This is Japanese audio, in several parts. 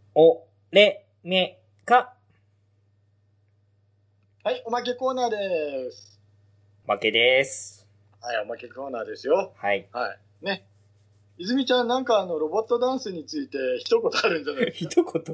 おれめか。 はい、おまけコーナーです。 負けです。 はい、おまけコーナーですよ。 はい。 はい。ね。泉ちゃんなんかロボットダンスについて一言あるんじゃないですか。 一言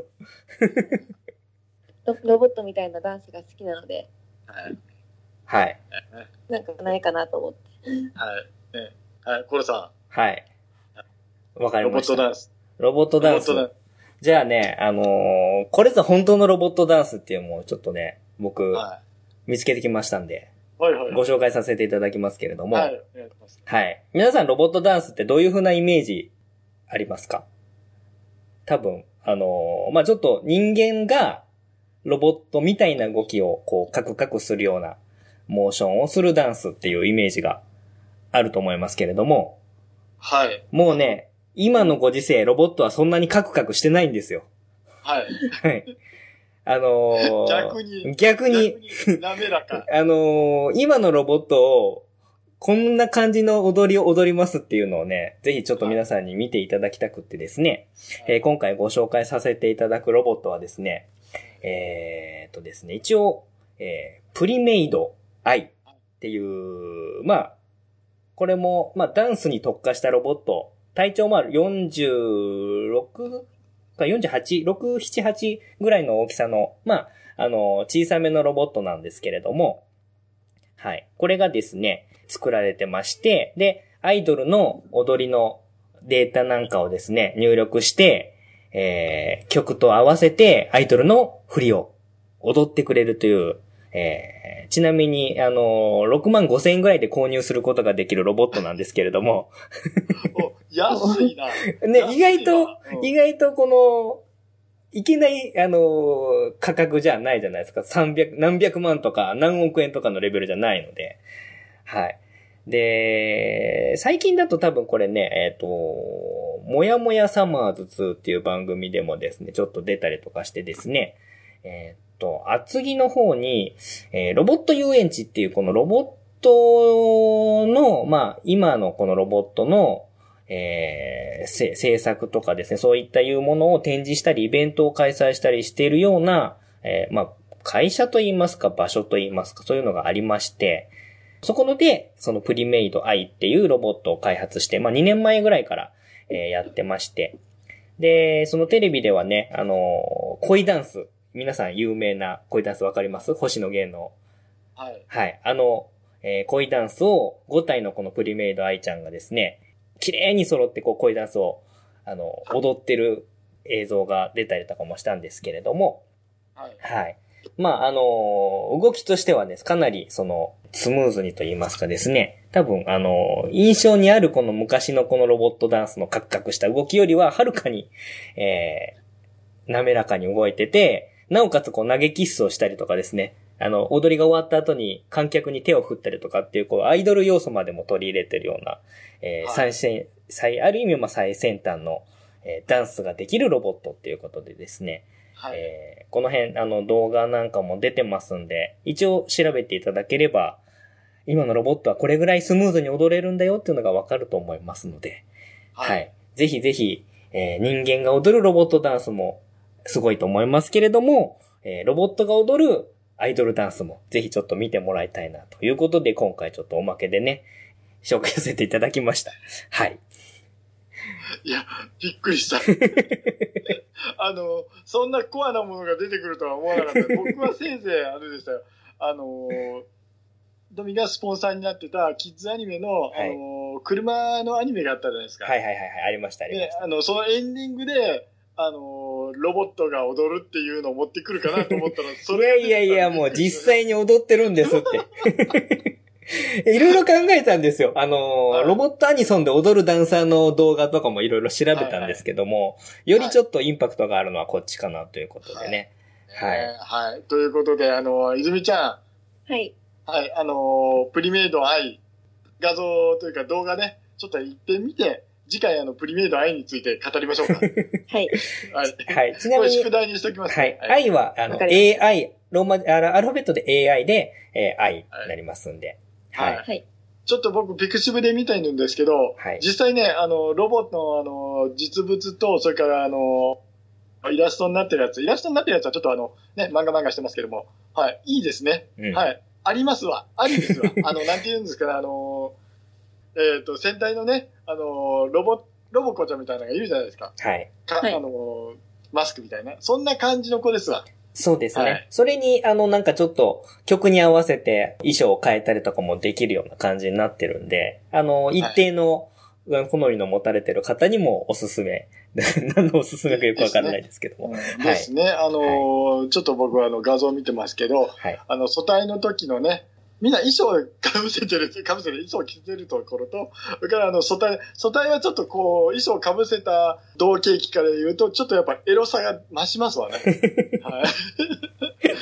ロボットみたいなダンスが好きなので。 はい。 はい。 なんかないかなと思って。 はい。ね。はい、コロさん。はい。わかりました。 ロボットダンス。 ロボットダンス。じゃあね、これぞ本当のロボットダンスっていうのをちょっとね、僕、見つけてきましたんで、 はいはい。 ご紹介させていただきますけれども、 はい。お願いします。 はい。皆さんロボットダンスってどういう風なイメージありますか？多分、まあ、ちょっと人間がロボットみたいな動きをこうカクカクするようなモーションをするダンスっていうイメージがあると思いますけれども、 はい。 もうね、今のご時世ロボットはそんなにカクカクしてないんですよ。 はい。 はい。 逆に滑らか。 今のロボットをこんな感じの踊りを踊りますっていうのをね、ぜひちょっと皆さんに見ていただきたくってですね、今回ご紹介させていただくロボットはですね、ですね、一応、プリメイドアイっていう、まあ、これも、まあ、ダンスに特化したロボット、体長もある46か48、6、7、8ぐらいの大きさの、まあ、小さめのロボットなんですけれども、はい。これがですね、作られてまして、で、アイドルの踊りのデータなんかをですね、入力して、曲と合わせてアイドルの振りを踊ってくれるという、ちなみに、6万5千円ぐらいで購入することができるロボットなんですけれども。 安いな。 ね、意外とこの、いけない、価格じゃないじゃないですか。何百万とか何億円とかのレベルじゃないので。はい。で、最近だと多分これね、もやもやサマーズ2っていう番組でもですね、ちょっと出たりとかしてですね、厚木の方に、ロボット遊園地っていうこのロボットの、まあ、今のこのロボットの、制作とかですね、そういったいうものを展示したり、イベントを開催したりしているような、まあ、会社といいますか、場所といいますか、そういうのがありまして、そこので、そのプリメイドアイっていうロボットを開発して、まあ、2年前ぐらいから、やってまして、で、そのテレビではね、恋ダンス、皆さん有名な恋ダンスわかります？星野源の。 はい。 はい。恋ダンスを5体のこのプリメイドアイちゃんがですね、綺麗に揃ってこう恋ダンスを、踊ってる映像が出たりとかもしたんですけれども、 はい。 はい。まあ、動きとしてはね、かなりスムーズにと言いますかですね、多分印象にあるこの昔のこのロボットダンスのカクカクした動きよりははるかに、滑らかに動いてて、なおかつこう投げキッスをしたりとかですね、踊りが終わった後に観客に手を振ったりとかっていう、こう、アイドル要素までも取り入れてるような、ある意味、最先端の、ダンスができるロボットっていうことでですね、 はい。 この辺、動画なんかも出てますんで、一応調べていただければ、今のロボットはこれぐらいスムーズに踊れるんだよっていうのがわかると思いますので、はい。ぜひぜひ、人間が踊るロボットダンスもすごいと思いますけれども、ロボットが踊るアイドルダンスもぜひちょっと見てもらいたいなということで、今回ちょっとおまけでね、紹介させていただきました。はい。 いや、びっくりした。そんなコアなものが出てくるとは思わなかった。僕はせいぜいあれでしたよ。ドミがスポンサーになってたキッズアニメの、車のアニメがあったじゃないですか。 はいはいはい、ありました、ありました。 で、そのエンディングで、ロボットが踊るっていうのを持ってくるかなと思ったら、それいや、もう実際に踊ってるんですって。いろいろ考えたんですよ。ロボットアニソンで踊るダンサーの動画とかもいろいろ調べたんですけども、よりちょっとインパクトがあるのはこっちかなということでね。 はい。はい。ということで、泉ちゃん。 はい。 はい。プリメイドアイ、画像というか動画ね、ちょっと行ってみて、次回プリメイドアイについて語りましょうか。 はい。 はい。ちなみに、 これ宿題にしときます、 ね。はい。愛は、AI、アルファベットで AI で、愛になりますんで。 はい。ちょっと僕、ピクシブで見たいんですけど、実際ね、ロボットの実物と、それからイラストになってるやつ。イラストになってるやつはちょっとね、漫画してますけども。はい。いいですね。 うん、 はい。ありますわ。ありですわ。なんて言うんですかね、戦隊のね、ロボコちゃんみたいなのがいるじゃないですか。 はい。 マスクみたいな。そんな感じの子ですわ。 そうですね。 はい、 それに、なんかちょっと、曲に合わせて衣装を変えたりとかもできるような感じになってるんで、一定の、好みの持たれてる方にもおすすめ。何のおすすめかよくわからないですけども。 ですね。ちょっと僕は画像を見てますけど、 はい、 素体の時のね、みんな衣装を衣装を着てるところと、それから素体はちょっとこう、衣装を被せた同型機から言うと、ちょっとやっぱエロさが増しますわね。はい。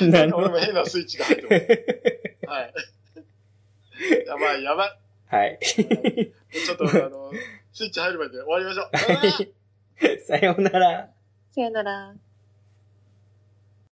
なんか俺も変なスイッチが入ってます。はい。やばい。 はい。 ちょっとスイッチ入るまで終わりましょう。 さようなら。 さようなら。